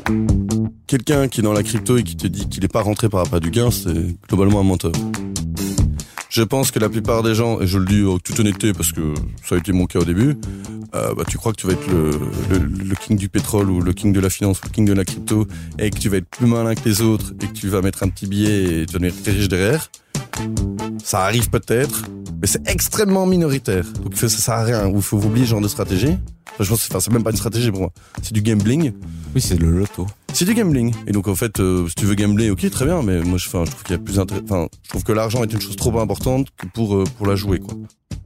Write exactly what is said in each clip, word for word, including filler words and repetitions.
Quelqu'un qui est dans la crypto et qui te dit qu'il n'est pas rentré par appât du gain, c'est globalement un menteur. Je pense que la plupart des gens, et je le dis en toute honnêteté parce que ça a été mon cas au début, euh, bah, tu crois que tu vas être le, le, le king du pétrole ou le king de la finance ou le king de la crypto et que tu vas être plus malin que les autres et que tu vas mettre un petit billet et devenir très riche derrière. Ça arrive peut-être, mais c'est extrêmement minoritaire. Donc ça sert à rien. Il faut oublier ce genre de stratégie. Enfin, je pense, enfin, c'est même pas une stratégie pour moi. C'est du gambling. Oui, c'est le loto. C'est du gambling. Et donc en fait, euh, si tu veux gambler, ok, très bien. Mais moi, je, enfin, je trouve qu'il y a plus intérêt. Enfin, je trouve que l'argent est une chose trop importante que pour euh, pour la jouer, quoi.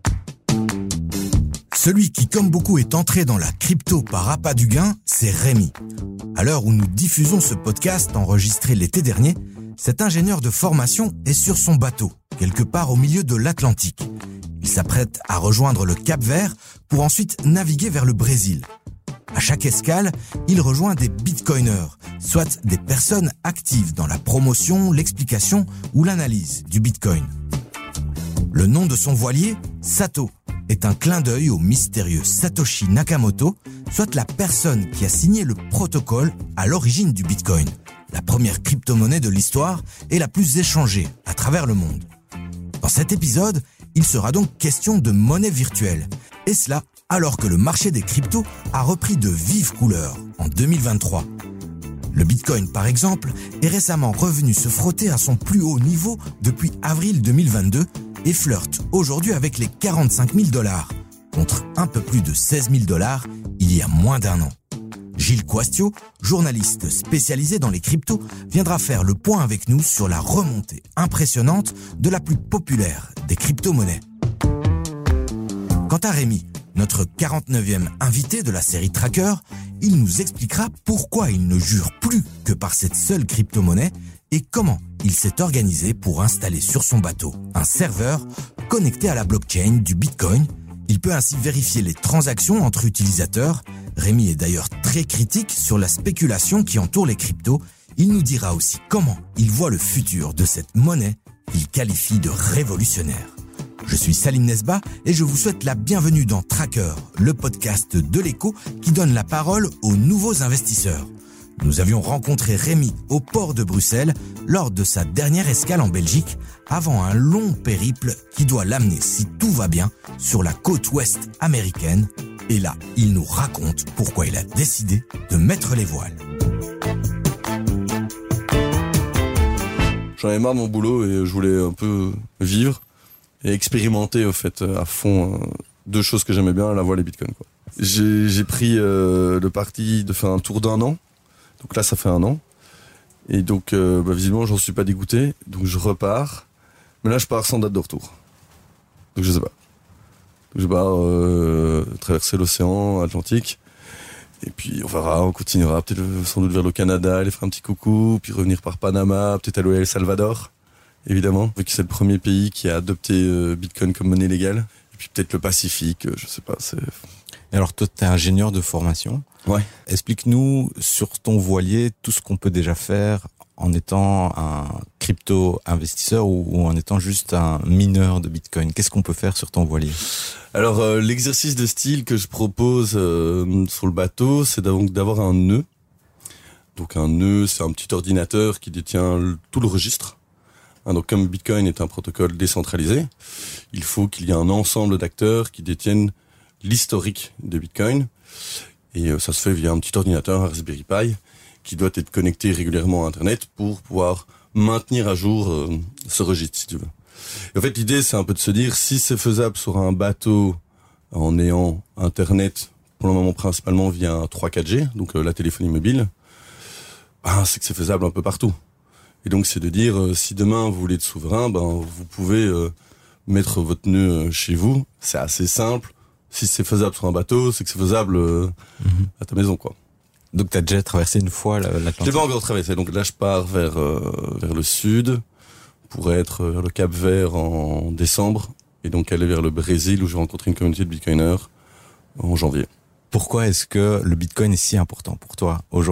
Celui qui, comme beaucoup, est entré dans la crypto par appât du gain, c'est Rémi. À l'heure où nous diffusons ce podcast enregistré l'été dernier, cet ingénieur de formation est sur son bateau, quelque part au milieu de l'Atlantique. Il s'apprête à rejoindre le Cap-Vert pour ensuite naviguer vers le Brésil. À chaque escale, il rejoint des bitcoiners, soit des personnes actives dans la promotion, l'explication ou l'analyse du bitcoin. Le nom de son voilier, Sato, est un clin d'œil au mystérieux Satoshi Nakamoto, soit la personne qui a signé le protocole à l'origine du bitcoin, la première crypto-monnaie de l'histoire et la plus échangée à travers le monde. Dans cet épisode, il sera donc question de monnaie virtuelle, et cela alors que le marché des cryptos a repris de vives couleurs en deux mille vingt-trois. Le Bitcoin, par exemple, est récemment revenu se frotter à son plus haut niveau depuis avril deux mille vingt-deux et flirte aujourd'hui avec les quarante-cinq mille dollars, contre un peu plus de seize mille dollars il y a moins d'un an. Gilles Quastio, journaliste spécialisé dans les cryptos, viendra faire le point avec nous sur la remontée impressionnante de la plus populaire des crypto-monnaies. Quant à Rémi, notre quarante-neuvième invité de la série Tracker, il nous expliquera pourquoi il ne jure plus que par cette seule crypto-monnaie et comment il s'est organisé pour installer sur son bateau un serveur connecté à la blockchain du Bitcoin. Il peut ainsi vérifier les transactions entre utilisateurs. Rémi est d'ailleurs très critique sur la spéculation qui entoure les cryptos. Il nous dira aussi comment il voit le futur de cette monnaie qu'il qualifie de révolutionnaire. Je suis Salim Nesba et je vous souhaite la bienvenue dans Tracker, le podcast de l'écho qui donne la parole aux nouveaux investisseurs. Nous avions rencontré Rémi au port de Bruxelles lors de sa dernière escale en Belgique avant un long périple qui doit l'amener, si tout va bien, sur la côte ouest américaine. Et là, il nous raconte pourquoi il a décidé de mettre les voiles. J'en avais marre de mon boulot et je voulais un peu vivre et expérimenter au fait à fond euh, deux choses que j'aimais bien, la voile et Bitcoin, quoi. J'ai, j'ai pris euh, le parti de faire un tour d'un an. Donc là, ça fait un an. Et donc, euh, bah, visiblement, j'en suis pas dégoûté. Donc je repars. Mais là, je pars sans date de retour. Donc je sais pas. Donc je pars euh, traverser l'océan Atlantique. Et puis on verra, on continuera peut-être sans doute vers le Canada, aller faire un petit coucou, puis revenir par Panama, peut-être aller à El Salvador, évidemment, vu que c'est le premier pays qui a adopté euh, Bitcoin comme monnaie légale. Et puis peut-être le Pacifique, euh, je sais pas. C'est... Et alors toi, t'es ingénieur de formation. Ouais. Explique-nous sur ton voilier tout ce qu'on peut déjà faire en étant un crypto-investisseur ou, ou en étant juste un mineur de Bitcoin. Qu'est-ce qu'on peut faire sur ton voilier ? Alors euh, l'exercice de style que je propose euh, sur le bateau, c'est donc d'avoir un nœud. Donc un nœud, c'est un petit ordinateur qui détient le, tout le registre. Hein, donc comme Bitcoin est un protocole décentralisé, il faut qu'il y ait un ensemble d'acteurs qui détiennent l'historique de Bitcoin. Et euh, ça se fait via un petit ordinateur, un Raspberry Pi, qui doit être connecté régulièrement à Internet pour pouvoir maintenir à jour euh, ce registre, si tu veux. Et en fait, l'idée, c'est un peu de se dire, si c'est faisable sur un bateau en ayant Internet, pour le moment principalement via trois quatre G, donc euh, la téléphonie mobile, ben, c'est que c'est faisable un peu partout. Et donc, c'est de dire, euh, si demain vous voulez être souverain, ben vous pouvez euh, mettre votre nœud chez vous. C'est assez simple. Si c'est faisable sur un bateau, c'est que c'est faisable euh, mm-hmm. à ta maison, quoi. Donc t'as déjà traversé une fois l'Atlantique ? Je l'ai pas encore traversé. Donc là, je pars vers euh, vers le sud pour être vers le Cap-Vert en décembre et donc aller vers le Brésil où j'ai rencontré une communauté de bitcoiners en janvier. Pourquoi est-ce que le Bitcoin est si important pour toi aujourd'hui ?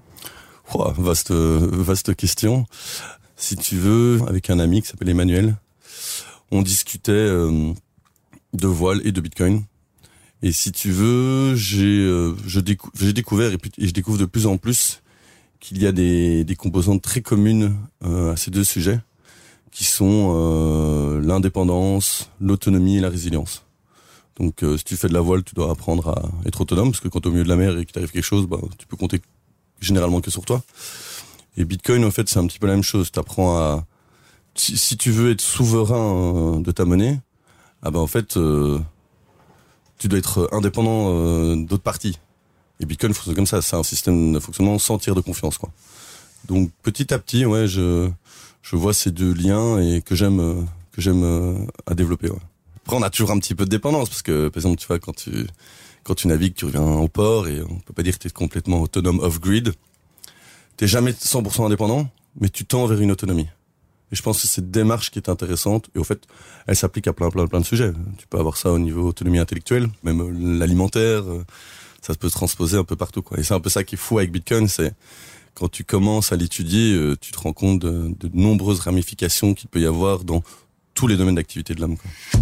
Oh, vaste vaste question. Si tu veux, avec un ami qui s'appelle Emmanuel, on discutait euh, de voile et de Bitcoin. Et si tu veux, j'ai euh, je décou- j'ai découvert et, puis, et je découvre de plus en plus qu'il y a des, des composantes très communes euh, à ces deux sujets, qui sont euh, l'indépendance, l'autonomie et la résilience. Donc euh, si tu fais de la voile, tu dois apprendre à être autonome, parce que quand tu es au milieu de la mer et qu'il t'arrive quelque chose, bah, tu peux compter généralement que sur toi. Et Bitcoin, en fait, c'est un petit peu la même chose. Tu apprends à... Si, si tu veux être souverain euh, de ta monnaie, ah bah en fait, euh, tu dois être indépendant euh, d'autres parties. Et Bitcoin fonctionne comme ça, c'est un système de fonctionnement sans tiers de confiance, quoi. Donc petit à petit, ouais, je je vois ces deux liens et que j'aime euh, que j'aime euh, à développer. Ouais. Après, on a toujours un petit peu de dépendance parce que, par exemple, tu vois, quand tu quand tu navigues, tu reviens au port et on peut pas dire que tu es complètement autonome off-grid. T'es jamais cent pour cent indépendant, mais tu tends vers une autonomie. Et je pense que c'est cette démarche qui est intéressante. Et au fait, elle s'applique à plein, plein, plein de sujets. Tu peux avoir ça au niveau autonomie intellectuelle, même l'alimentaire. Ça peut se transposer un peu partout, quoi. Et c'est un peu ça qui est fou avec Bitcoin, c'est quand tu commences à l'étudier, tu te rends compte de, de nombreuses ramifications qu'il peut y avoir dans tous les domaines d'activité de l'homme, quoi.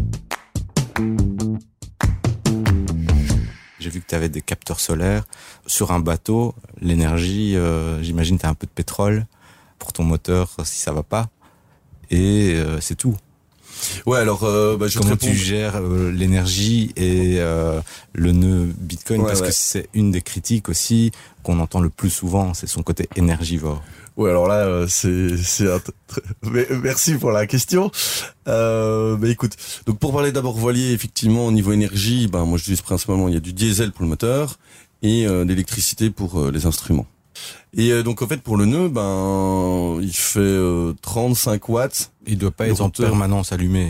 J'ai vu que tu avais des capteurs solaires. Sur un bateau, l'énergie, euh, j'imagine tu as un peu de pétrole pour ton moteur si ça va pas. Et euh, c'est tout. Ouais, alors euh, bah, je Comment te réponds... tu gères euh, l'énergie et euh, le nœud Bitcoin, ouais, parce ouais. que c'est une des critiques aussi qu'on entend le plus souvent, c'est son côté énergivore. Ouais, alors là, euh, c'est c'est un... merci pour la question. Euh, bah écoute, donc pour parler d'abord voilier, effectivement, au niveau énergie, ben bah, moi je dis principalement il y a du diesel pour le moteur et euh, l'électricité pour euh, les instruments. Et euh, donc en fait pour le nœud, ben il fait euh, trente-cinq watts. Il doit pas être en permanence allumé.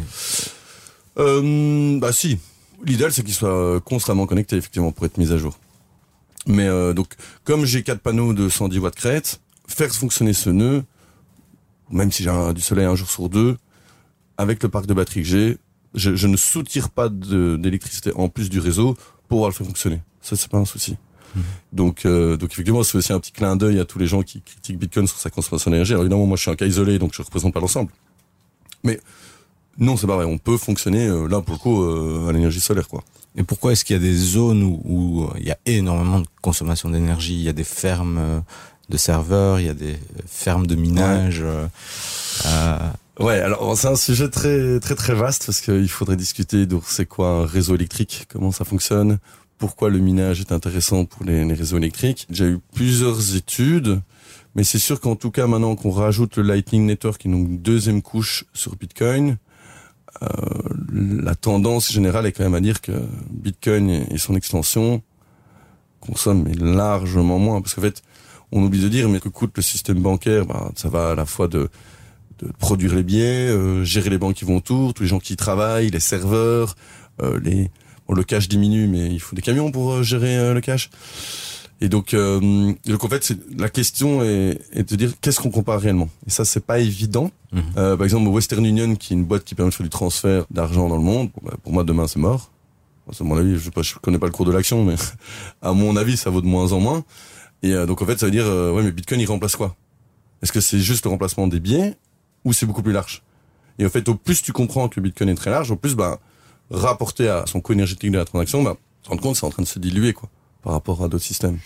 Euh, bah si. L'idéal c'est qu'il soit constamment connecté effectivement pour être mis à jour. Mais euh, donc comme j'ai quatre panneaux de cent dix watts crête, faire fonctionner ce nœud, même si j'ai un, du soleil un jour sur deux, avec le parc de batterie que j'ai, je, je ne soutire pas de, d'électricité en plus du réseau pour pouvoir le faire fonctionner. Ça c'est pas un souci. Mmh. Donc, euh, donc effectivement, c'est aussi un petit clin d'œil à tous les gens qui critiquent Bitcoin sur sa consommation d'énergie. Alors évidemment, moi, je suis un cas isolé, donc je représente pas l'ensemble. Mais non, c'est pas vrai. On peut fonctionner euh, là pour le coup euh, à l'énergie solaire, quoi. Et pourquoi est-ce qu'il y a des zones où, où il y a énormément de consommation d'énergie? Il y a des fermes de serveurs, il y a des fermes de minage. Ouais. Euh, Ouais, alors c'est un sujet très très très vaste parce qu'il faudrait discuter de c'est quoi un réseau électrique, comment ça fonctionne. Pourquoi le minage est intéressant pour les, les réseaux électriques. J'ai eu plusieurs études, mais c'est sûr qu'en tout cas, maintenant qu'on rajoute le Lightning Network, qui est donc une deuxième couche sur Bitcoin, euh, la tendance générale est quand même à dire que Bitcoin et son extension consomment mais largement moins. Parce qu'en fait, on oublie de dire, mais que coûte le système bancaire, bah, ça va à la fois de, de produire les billets, euh, gérer les banques qui vont autour, tous les gens qui y travaillent, les serveurs, euh, les... Bon, le cash diminue, mais il faut des camions pour euh, gérer euh, le cash. Et donc, euh, donc en fait, c'est, la question est, est de dire qu'est-ce qu'on compare réellement. Et ça, c'est pas évident. Mmh. Euh, par exemple, Western Union, qui est une boîte qui permet de faire du transfert d'argent dans le monde, bon, bah, pour moi, demain, c'est mort. Bon, c'est mon avis. Je sais pas, je connais pas le cours de l'action, mais à mon avis, ça vaut de moins en moins. Et euh, donc, en fait, ça veut dire, euh, ouais, mais Bitcoin, il remplace quoi? Est-ce que c'est juste le remplacement des billets ou c'est beaucoup plus large? Et en fait, au plus tu comprends que Bitcoin est très large, au plus, bah rapporté à son coût énergétique de la transaction, bah, tu te rends compte que c'est en train de se diluer, quoi, par rapport à d'autres systèmes.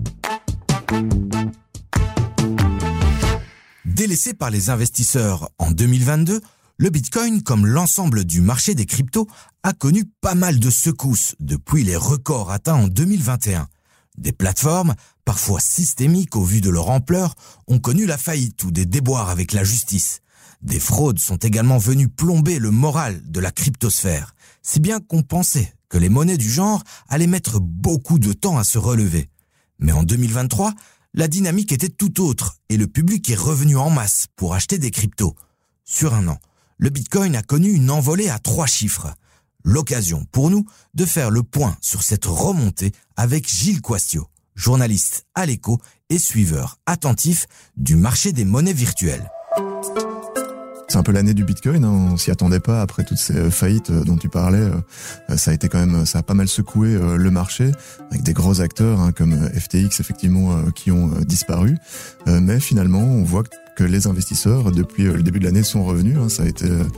Délaissé par les investisseurs en deux mille vingt-deux, le Bitcoin, comme l'ensemble du marché des cryptos, a connu pas mal de secousses depuis les records atteints en deux mille vingt et un. Des plateformes, parfois systémiques au vu de leur ampleur, ont connu la faillite ou des déboires avec la justice. Des fraudes sont également venues plomber le moral de la cryptosphère, si bien qu'on pensait que les monnaies du genre allaient mettre beaucoup de temps à se relever. Mais en deux mille vingt-trois, la dynamique était tout autre et le public est revenu en masse pour acheter des cryptos. Sur un an, le Bitcoin a connu une envolée à trois chiffres. L'occasion pour nous de faire le point sur cette remontée avec Gilles Quastio, journaliste à l'Écho et suiveur attentif du marché des monnaies virtuelles. C'est un peu l'année du Bitcoin, hein. On s'y attendait pas après toutes ces faillites dont tu parlais. Ça a été quand même, ça a pas mal secoué le marché avec des gros acteurs hein, comme F T X effectivement qui ont disparu. Mais finalement, on voit que les investisseurs depuis le début de l'année sont revenus. Hein. Ça a été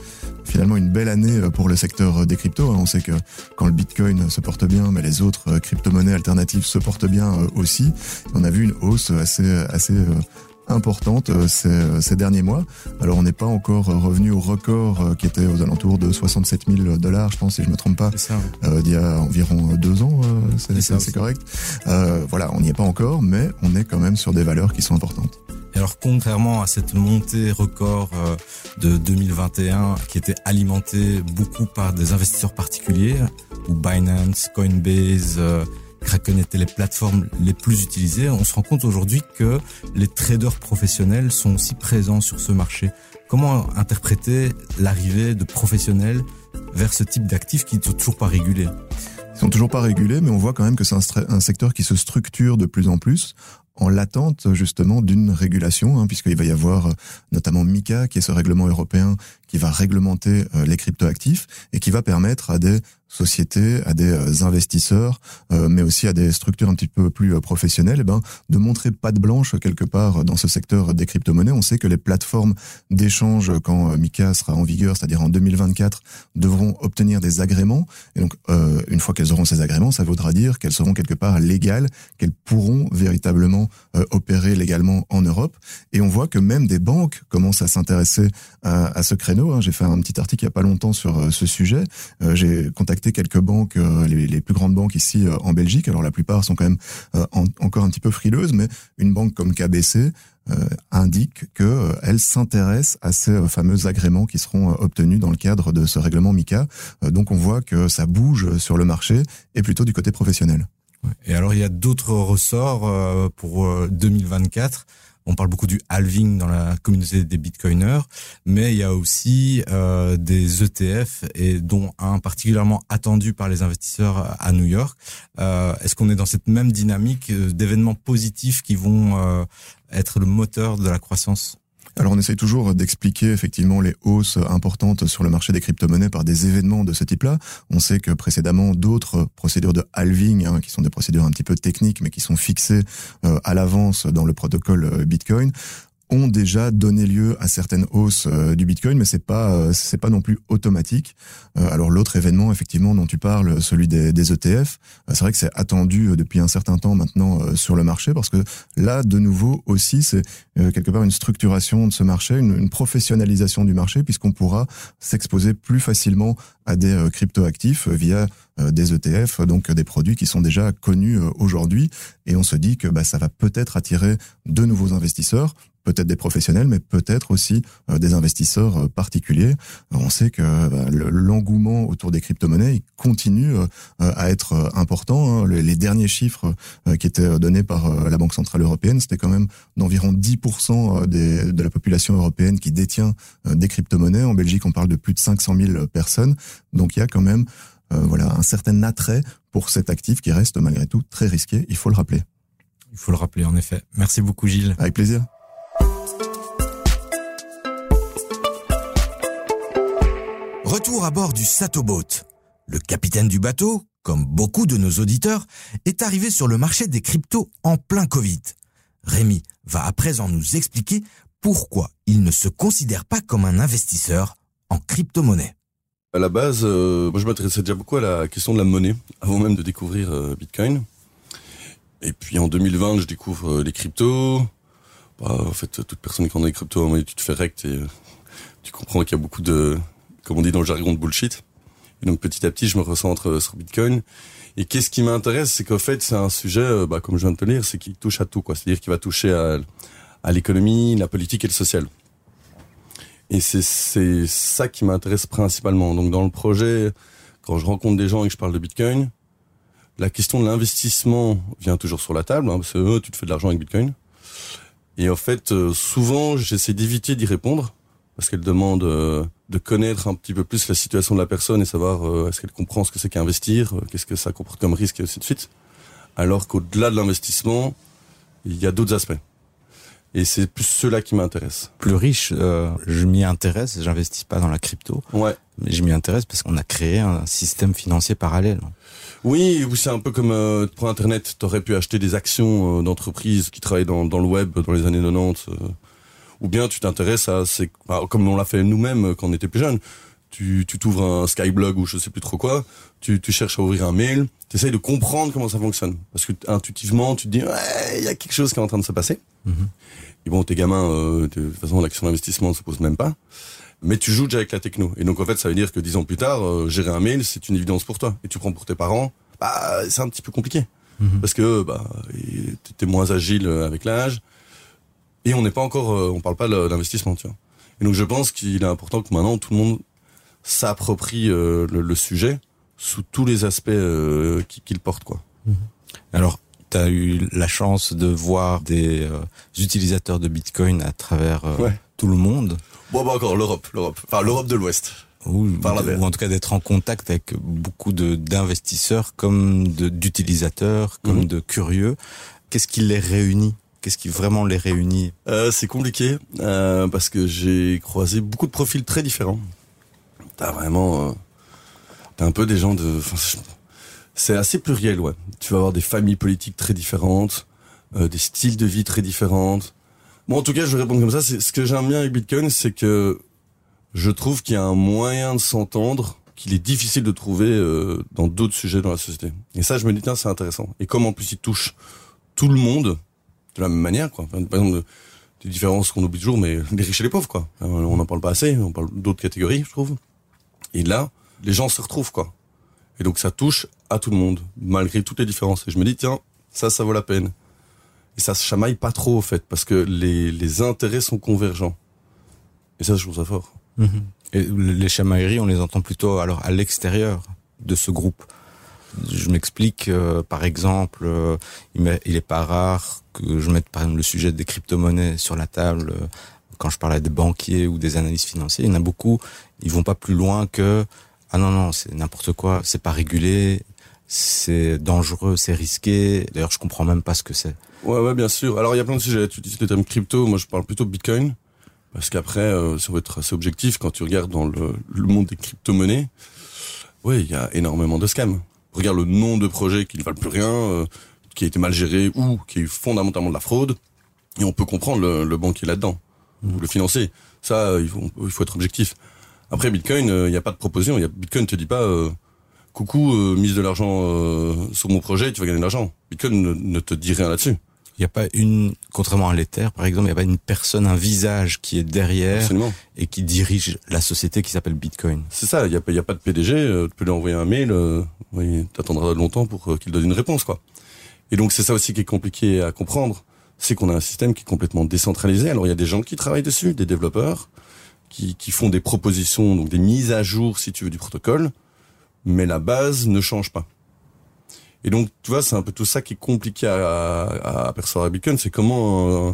finalement une belle année pour le secteur des cryptos. On sait que quand le Bitcoin se porte bien, mais les autres crypto-monnaies alternatives se portent bien aussi. On a vu une hausse assez assez importante ces, ces derniers mois. Alors on n'est pas encore revenu au record qui était aux alentours de soixante-sept mille dollars, je pense, si je me trompe pas, c'est ça, oui. euh, d'il y a environ deux ans, euh, c'est, c'est, c'est, c'est correct. Euh, voilà, on n'y est pas encore, mais on est quand même sur des valeurs qui sont importantes. Et alors, contrairement à cette montée record euh, de deux mille vingt et un qui était alimentée beaucoup par des investisseurs particuliers, où Binance, Coinbase, euh, Kraken étaient les plateformes les plus utilisées, on se rend compte aujourd'hui que les traders professionnels sont aussi présents sur ce marché. Comment interpréter l'arrivée de professionnels vers ce type d'actifs qui ne sont toujours pas régulés ? Ils sont toujours pas régulés, mais on voit quand même que c'est un, stru- un secteur qui se structure de plus en plus en l'attente justement d'une régulation, hein, puisqu'il va y avoir euh, notamment MiCA, qui est ce règlement européen qui va réglementer euh, les cryptoactifs et qui va permettre à des sociétés, à des euh, investisseurs, euh, mais aussi à des structures un petit peu plus euh, professionnelles, eh ben, de montrer patte blanche quelque part dans ce secteur des crypto-monnaies. On sait que les plateformes d'échange, quand euh, MiCA sera en vigueur, c'est-à-dire en deux mille vingt-quatre, devront obtenir des agréments. Et donc, euh, une fois qu'elles auront ces agréments, ça voudra dire qu'elles seront quelque part légales, qu'elles pourront véritablement euh, opérer légalement en Europe. Et on voit que même des banques commencent à s'intéresser à, à ce créneau. Hein. J'ai fait un petit article il y a pas longtemps sur euh, ce sujet. Euh, j'ai contacté quelques banques, euh, les, les plus grandes banques ici euh, en Belgique. Alors la plupart sont quand même euh, en, encore un petit peu frileuses, mais une banque comme K B C euh, indique que euh, elle s'intéresse à ces euh, fameux agréments qui seront euh, obtenus dans le cadre de ce règlement MiCA. Euh, donc on voit que ça bouge sur le marché et plutôt du côté professionnel. Et alors il y a d'autres ressorts euh, pour euh, deux mille vingt-quatre. On parle beaucoup du halving dans la communauté des bitcoiners, mais il y a aussi euh, des E T F, et dont un particulièrement attendu par les investisseurs à New York. Euh, est-ce qu'on est dans cette même dynamique d'événements positifs qui vont euh, être le moteur de la croissance ? Alors on essaye toujours d'expliquer effectivement les hausses importantes sur le marché des crypto-monnaies par des événements de ce type-là. On sait que précédemment d'autres procédures de halving, hein, qui sont des procédures un petit peu techniques mais qui sont fixées euh, à l'avance dans le protocole Bitcoin, ont déjà donné lieu à certaines hausses euh, du Bitcoin, mais c'est pas euh, c'est pas non plus automatique. Euh, alors l'autre événement effectivement dont tu parles, celui des, des E T F, euh, c'est vrai que c'est attendu euh, depuis un certain temps maintenant euh, sur le marché, parce que là de nouveau aussi c'est euh, quelque part une structuration de ce marché, une, une professionnalisation du marché, puisqu'on pourra s'exposer plus facilement à des euh, cryptoactifs euh, via euh, des E T F, donc euh, des produits qui sont déjà connus euh, aujourd'hui, et on se dit que bah, ça va peut-être attirer de nouveaux investisseurs, peut-être des professionnels, mais peut-être aussi euh, des investisseurs euh, particuliers. Alors, on sait que bah, le, l'engouement autour des crypto-monnaies il continue euh, à être euh, important. Hein. Les, les derniers chiffres euh, qui étaient donnés par euh, la Banque Centrale Européenne, c'était quand même d'environ dix pour cent des, de la population européenne qui détient euh, des crypto-monnaies. En Belgique, on parle de plus de cinq cent mille personnes. Donc il y a quand même euh, voilà, un certain attrait pour cet actif qui reste malgré tout très risqué, il faut le rappeler. Il faut le rappeler, en effet. Merci beaucoup, Gilles. Avec plaisir. Retour à bord du Satoboat. Le capitaine du bateau, comme beaucoup de nos auditeurs, est arrivé sur le marché des cryptos en plein Covid. Rémi va à présent nous expliquer pourquoi il ne se considère pas comme un investisseur en crypto-monnaie. À la base, euh, moi je m'intéressais déjà beaucoup à la question de la monnaie, avant même de découvrir euh, Bitcoin. Et puis en deux mille vingt, je découvre euh, les cryptos. Bah, en fait, toute personne qui connaît les cryptos, tu te fais rect et euh, tu comprends qu'il y a beaucoup de, comme on dit dans le jargon, de bullshit. Et donc petit à petit, je me recentre euh, sur Bitcoin. Et qu'est-ce qui m'intéresse, c'est qu'en fait, c'est un sujet, euh, bah, comme je viens de te le dire, c'est qu'il touche à tout, quoi. C'est-à-dire qu'il va toucher à, à l'économie, la politique et le social. Et c'est, c'est ça qui m'intéresse principalement. Donc dans le projet, quand je rencontre des gens et que je parle de Bitcoin, la question de l'investissement vient toujours sur la table, hein, parce que euh, tu te fais de l'argent avec Bitcoin. Et en fait, euh, souvent, j'essaie d'éviter d'y répondre, parce qu'elle demande euh, de connaître un petit peu plus la situation de la personne et savoir euh, est-ce qu'elle comprend ce que c'est qu'investir, euh, qu'est-ce que ça comporte comme risque et ainsi de suite. Alors qu'au-delà de l'investissement, il y a d'autres aspects. Et c'est plus ceux-là qui m'intéressent. Plus riche, euh, je m'y intéresse, j'investis pas dans la crypto. Ouais. Mais je m'y intéresse parce qu'on a créé un système financier parallèle. Oui, c'est un peu comme euh, pour Internet, t'aurais pu acheter des actions euh, d'entreprises qui travaillent dans, dans le web dans les années quatre-vingt-dix, euh, ou bien tu t'intéresses à, c'est, bah, comme on l'a fait nous-mêmes quand on était plus jeunes, tu, tu t'ouvres un Skyblog ou je sais plus trop quoi, tu, tu cherches à ouvrir un mail, tu essayes de comprendre comment ça fonctionne. Parce que intuitivement, tu te dis, ouais, il y a quelque chose qui est en train de se passer. Mm-hmm. Et bon, tes gamins, euh, de toute façon, la question d'investissement ne se pose même pas. Mais tu joues déjà avec la techno. Et donc, en fait, ça veut dire que dix ans plus tard, euh, gérer un mail, c'est une évidence pour toi. Et tu prends pour tes parents, bah, c'est un petit peu compliqué. Mm-hmm. Parce que, bah, t'es moins agile avec l'âge. Et on n'est pas encore, euh, on parle pas d'investissement, tu vois. Et donc, je pense qu'il est important que maintenant, tout le monde s'approprie euh, le, le sujet sous tous les aspects euh, qu'il porte, quoi. Mmh. Alors, tu as eu la chance de voir des euh, utilisateurs de Bitcoin à travers euh, ouais. tout le monde. Bon, bah encore l'Europe, l'Europe, enfin l'Europe de l'Ouest. Ou, ou en tout cas d'être en contact avec beaucoup de d'investisseurs, comme de, d'utilisateurs, comme mmh. de curieux. Qu'est-ce qui les réunit ? Qu'est-ce qui vraiment les réunit ? euh, C'est compliqué euh, parce que j'ai croisé beaucoup de profils très différents. T'as vraiment, euh, t'as un peu des gens de, enfin, c'est assez pluriel, ouais. Tu vas avoir des familles politiques très différentes, euh, des styles de vie très différentes. Bon, en tout cas, je vais répondre comme ça. C'est, ce que j'aime bien avec Bitcoin, c'est que je trouve qu'il y a un moyen de s'entendre qu'il est difficile de trouver euh, dans d'autres sujets dans la société. Et ça, je me dis, tiens, c'est intéressant. Et comme en plus, il touche tout le monde de la même manière, quoi. Enfin, par exemple, des différences qu'on oublie toujours, mais les riches et les pauvres, quoi. On n'en parle pas assez. On parle d'autres catégories, je trouve. Et là, les gens se retrouvent, quoi. Et donc, ça touche à tout le monde, malgré toutes les différences. Et je me dis, tiens, ça, ça vaut la peine. Et ça se chamaille pas trop, au fait, parce que les, les intérêts sont convergents. Et ça, je trouve ça fort. Mmh. Et les chamailleries, on les entend plutôt alors à l'extérieur de ce groupe. Je m'explique, euh, par exemple, euh, il est pas rare que je mette par exemple le sujet des crypto-monnaies sur la table. Euh, quand je parle à des banquiers ou des analystes financiers, il y en a beaucoup, ils vont pas plus loin que ah non non, c'est n'importe quoi, c'est pas régulé, c'est dangereux, c'est risqué. D'ailleurs, je comprends même pas ce que c'est. Ouais ouais, bien sûr. Alors il y a plein de sujets. Tu utilises le terme crypto, moi je parle plutôt de Bitcoin parce qu'après, euh, si on veut être assez objectif, quand tu regardes dans le, le monde des crypto-monnaies, ouais, il y a énormément de scams. Regarde le nombre de projets qui ne valent plus rien, euh, qui a été mal géré ou qui a eu fondamentalement de la fraude, et on peut comprendre le, le banquier là-dedans. Ou le financier. Ça, il faut, il faut être objectif. Après, Bitcoin, il euh, n'y a pas de proposition. Y a, Bitcoin te dit pas, euh, coucou, euh, mise de l'argent euh, sur mon projet, tu vas gagner de l'argent. Bitcoin ne, ne te dit rien là-dessus. Il n'y a pas une, contrairement à l'Ether, par exemple, il n'y a pas une personne, un visage qui est derrière. Absolument. Et qui dirige la société qui s'appelle Bitcoin. C'est ça, il n'y a, y a pas de P D G, euh, tu peux lui envoyer un mail, euh, oui, t'attendras longtemps pour euh, qu'il donne une réponse, quoi. Et donc, c'est ça aussi qui est compliqué à comprendre. C'est qu'on a un système qui est complètement décentralisé. Alors il y a des gens qui travaillent dessus, des développeurs, qui, qui font des propositions, donc des mises à jour, si tu veux, du protocole, mais la base ne change pas. Et donc, tu vois, c'est un peu tout ça qui est compliqué à, à, à percevoir à Bitcoin, c'est comment euh,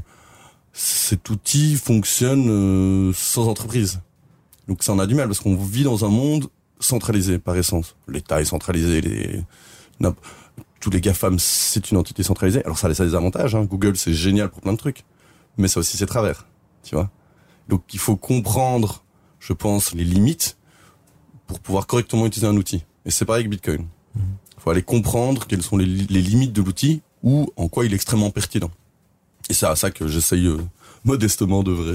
cet outil fonctionne euh, sans entreprise. Donc ça en a du mal, parce qu'on vit dans un monde centralisé par essence. L'État est centralisé, les... tous les GAFAM, c'est une entité centralisée. Alors ça a des avantages, hein. Google, c'est génial pour plein de trucs. Mais ça aussi, c'est travers, tu vois. Donc il faut comprendre, je pense, les limites pour pouvoir correctement utiliser un outil. Et c'est pareil avec Bitcoin. Il faut aller comprendre quelles sont les, les limites de l'outil ou en quoi il est extrêmement pertinent. Et c'est à ça que j'essaye euh, modestement d'œuvrer.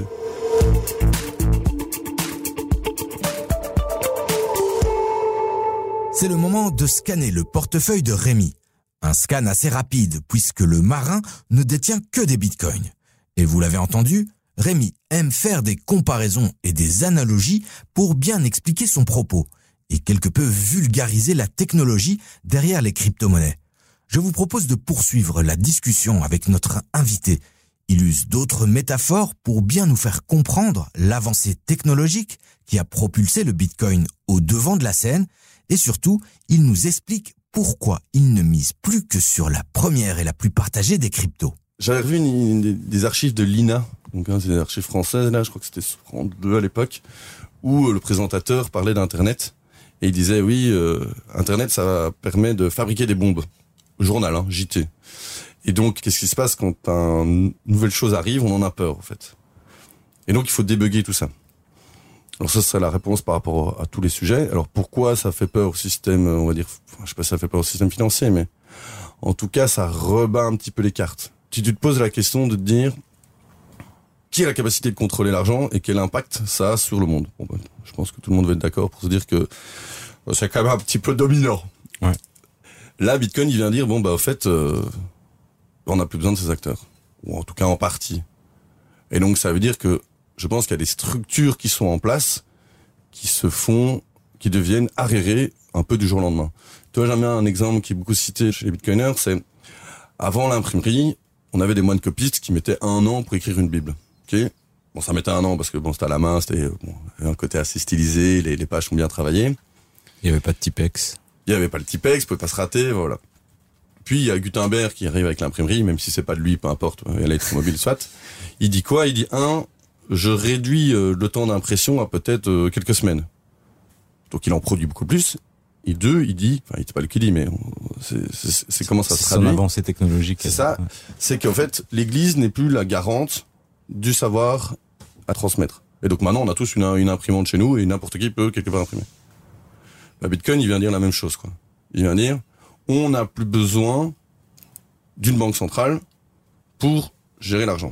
C'est le moment de scanner le portefeuille de Rémi. Un scan assez rapide puisque le marin ne détient que des bitcoins. Et vous l'avez entendu, Rémi aime faire des comparaisons et des analogies pour bien expliquer son propos et quelque peu vulgariser la technologie derrière les crypto-monnaies. Je vous propose de poursuivre la discussion avec notre invité. Il use d'autres métaphores pour bien nous faire comprendre l'avancée technologique qui a propulsé le Bitcoin au devant de la scène et surtout, il nous explique pourquoi il ne mise plus que sur la première et la plus partagée des cryptos. J'avais revu une, une, des, des archives de l'I N A, donc hein, c'est des archives françaises, là, je crois que c'était soixante-deux à l'époque, où euh, le présentateur parlait d'Internet, et il disait, oui, euh, Internet, ça permet de fabriquer des bombes. Journal, hein, J T. Et donc, qu'est-ce qui se passe quand une nouvelle chose arrive, on en a peur, en fait. Et donc, il faut débugger tout ça. Alors ça, c'est la réponse par rapport à tous les sujets. Alors, pourquoi ça fait peur au système, on va dire, je sais pas si ça fait peur au système financier, mais en tout cas, ça rebat un petit peu les cartes. Si tu te poses la question de te dire, qui a la capacité de contrôler l'argent et quel impact ça a sur le monde. Bon, ben, je pense que tout le monde va être d'accord pour se dire que c'est quand même un petit peu dominant. Ouais. Là, Bitcoin, il vient dire, bon, bah, au fait, euh, on n'a plus besoin de ces acteurs. Ou en tout cas, en partie. Et donc, ça veut dire que je pense qu'il y a des structures qui sont en place, qui se font, qui deviennent arriérées un peu du jour au lendemain. Tu vois, j'aime bien un exemple qui est beaucoup cité chez les Bitcoiners, c'est, avant l'imprimerie, on avait des moines copistes qui mettaient un an pour écrire une Bible. Ok, bon, ça mettait un an parce que bon, c'était à la main, c'était bon, il y avait un côté assez stylisé, les, les pages sont bien travaillées. Il y avait pas de Tipex. Il y avait pas le Tipex, pouvait pas se rater, voilà. Puis il y a Gutenberg qui arrive avec l'imprimerie, même si c'est pas de lui, peu importe, électromobile soit. Il dit quoi? Il dit un, je réduis euh, le temps d'impression à peut-être euh, quelques semaines. Donc il en produit beaucoup plus. Et deux, il dit, enfin, c'est pas lui qui dit, mais c'est, c'est, c'est comment ça se traduit. C'est son avancée technologique. C'est ça. Ouais. C'est qu'en fait, l'Église n'est plus la garante du savoir à transmettre. Et donc maintenant, on a tous une, une imprimante chez nous et n'importe qui peut quelque part imprimer. Bah, Bitcoin, il vient dire la même chose, quoi. Il vient dire, on n'a plus besoin d'une banque centrale pour gérer l'argent.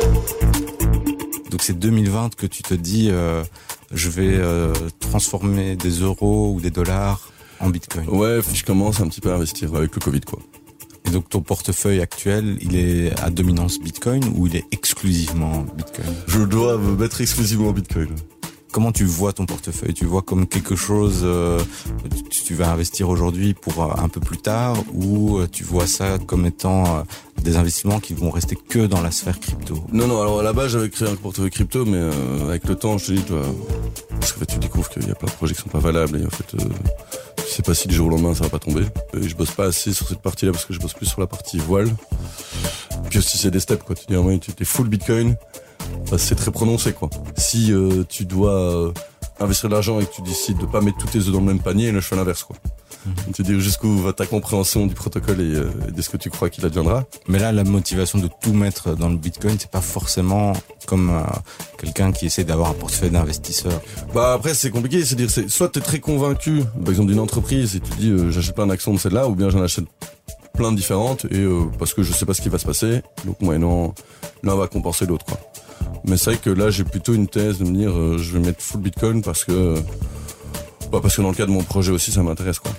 Donc c'est deux mille vingt que tu te dis, euh, je vais euh, transformer des euros ou des dollars en Bitcoin. Ouais, je commence un petit peu à investir avec le Covid, quoi. Et donc ton portefeuille actuel, il est à dominance Bitcoin ou il est exclusivement Bitcoin? Je dois me mettre exclusivement en Bitcoin. Comment tu vois ton portefeuille? Tu vois comme quelque chose, euh, tu, tu vas investir aujourd'hui pour euh, un peu plus tard, ou euh, tu vois ça comme étant euh, des investissements qui vont rester que dans la sphère crypto? Non, non, alors à la base j'avais créé un portefeuille crypto, mais euh, avec le temps je te dis, toi, parce qu'en fait tu découvres qu'il y a plein de projets qui sont pas valables, et en fait euh, tu sais pas si du jour au lendemain ça va pas tomber. Et je bosse pas assez sur cette partie-là parce que je bosse plus sur la partie voile. Puis aussi c'est des steps, quoi. Tu dis, ah ouais, tu es full Bitcoin. Enfin, c'est très prononcé, quoi. Si euh, tu dois euh, investir de l'argent et que tu décides de pas mettre tous tes œufs dans le même panier, là je fais l'inverse, quoi. Mmh. Tu dis jusqu'où va ta compréhension du protocole et, euh, et de ce que tu crois qu'il adviendra. Mais là, la motivation de tout mettre dans le Bitcoin, c'est pas forcément comme euh, quelqu'un qui essaie d'avoir un portefeuille d'investisseurs. Bah après c'est compliqué, c'est dire c'est soit t'es très convaincu, par exemple d'une entreprise et tu dis euh, j'achète plein d'actions de celle-là, ou bien j'en achète plein de différentes et euh, parce que je sais pas ce qui va se passer, donc moyennant l'un va compenser l'autre, quoi. Mais c'est vrai que là j'ai plutôt une thèse de me dire euh, je vais mettre full Bitcoin parce que euh, bah parce que dans le cas de mon projet aussi ça m'intéresse, quoi.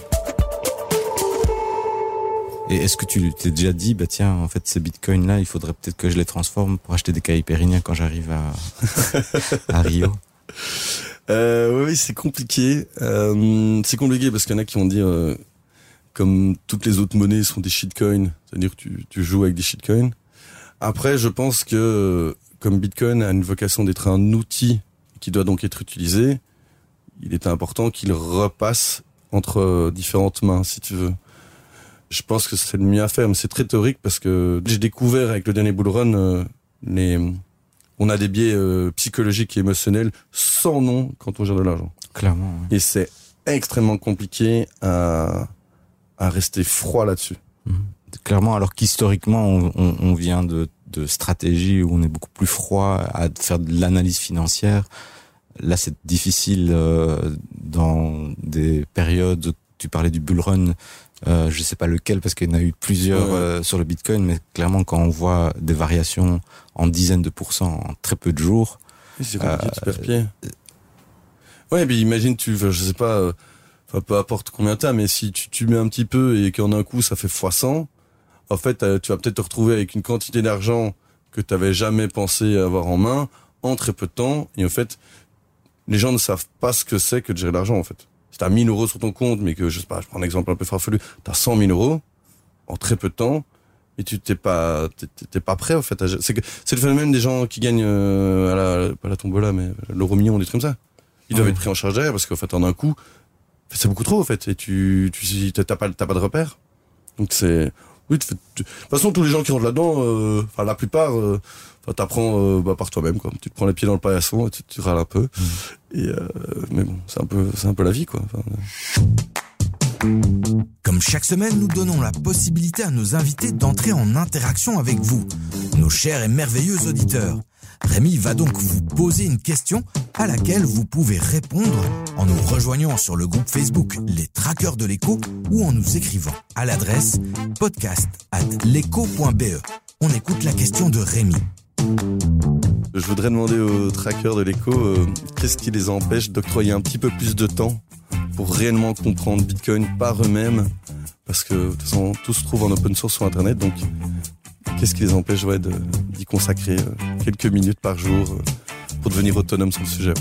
Et est-ce que tu t'es déjà dit bah tiens en fait ces Bitcoins là il faudrait peut-être que je les transforme pour acheter des caipirinhas quand j'arrive à à Rio? Euh, oui, c'est compliqué. Euh, c'est compliqué parce qu'il y en a qui vont dire euh, comme toutes les autres monnaies sont des shitcoins, c'est-à-dire que tu, tu joues avec des shitcoins. Après, je pense que comme Bitcoin a une vocation d'être un outil qui doit donc être utilisé, il est important qu'il repasse entre différentes mains, si tu veux. Je pense que c'est le mieux à faire, mais c'est très théorique parce que j'ai découvert avec le dernier bull run, euh, les, on a des biais euh, psychologiques et émotionnels sans nom quand on gère de l'argent. Clairement. Ouais. Et c'est extrêmement compliqué à, à rester froid là-dessus. Mmh. Clairement, alors qu'historiquement, on, on, on vient de, de stratégies où on est beaucoup plus froid à faire de l'analyse financière. Là, c'est difficile euh, dans des périodes. Tu parlais du bull run, euh, je sais pas lequel parce qu'il y en a eu plusieurs ouais. euh, sur le Bitcoin, mais clairement, quand on voit des variations en dizaines de pourcents en très peu de jours, oui, c'est compliqué, euh, tu perds pied. Ouais, mais imagine, tu, je sais pas, euh, enfin peu importe combien t'as, mais si tu, tu mets un petit peu et qu'en un coup ça fait fois cent. En fait, tu vas peut-être te retrouver avec une quantité d'argent que tu n'avais jamais pensé avoir en main en très peu de temps. Et en fait, les gens ne savent pas ce que c'est que de gérer l'argent, en fait. Si tu as mille euros sur ton compte, mais que, je sais pas, je prends un exemple un peu farfelu, tu as cent mille euros en très peu de temps et tu t'es pas, t'es, t'es pas prêt, en fait. À gérer. C'est, que, c'est le phénomène des gens qui gagnent euh, à la, pas la tombola, mais l'euro million, des trucs comme ça. Ils doivent ouais. être pris en charge derrière parce qu'en fait, en un coup, c'est beaucoup trop, en fait. Et tu, tu t'as pas, t'as pas de repère. Donc c'est... Oui, tu fais, tu... de toute façon, tous les gens qui rentrent là-dedans, euh, enfin la plupart, euh, t'apprends euh, bah, par toi-même, quoi. Tu te prends les pieds dans le paillasson et tu, tu râles un peu. Mmh. Et euh, mais bon, c'est un peu, c'est un peu la vie, quoi. Enfin, euh... Comme chaque semaine, nous donnons la possibilité à nos invités d'entrer en interaction avec vous, nos chers et merveilleux auditeurs. Rémi va donc vous poser une question à laquelle vous pouvez répondre en nous rejoignant sur le groupe Facebook Les Traqueurs de l'écho ou en nous écrivant à l'adresse podcast arobase l'écho point be. On écoute la question de Rémi. Je voudrais demander aux trackers de l'éco euh, qu'est-ce qui les empêche d'octroyer un petit peu plus de temps pour réellement comprendre Bitcoin par eux-mêmes, parce que de toute façon tout se trouve en open source sur Internet, donc qu'est-ce qui les empêche ouais, de, d'y consacrer euh, quelques minutes par jour euh, pour devenir autonome sur le sujet.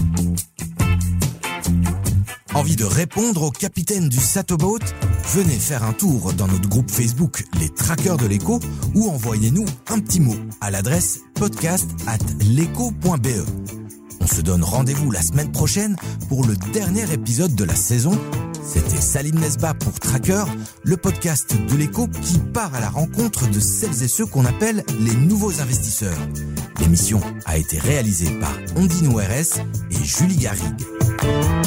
Envie de répondre au capitaine du Satoboat? Venez faire un tour dans notre groupe Facebook Les Traqueurs de l'écho ou envoyez-nous un petit mot à l'adresse podcast arobase l'écho point b e. On se donne rendez-vous la semaine prochaine pour le dernier épisode de la saison. C'était Salim Nesba pour Tracker, le podcast de l'écho qui part à la rencontre de celles et ceux qu'on appelle les nouveaux investisseurs. L'émission a été réalisée par Ondine O R S et Julie Garrigue.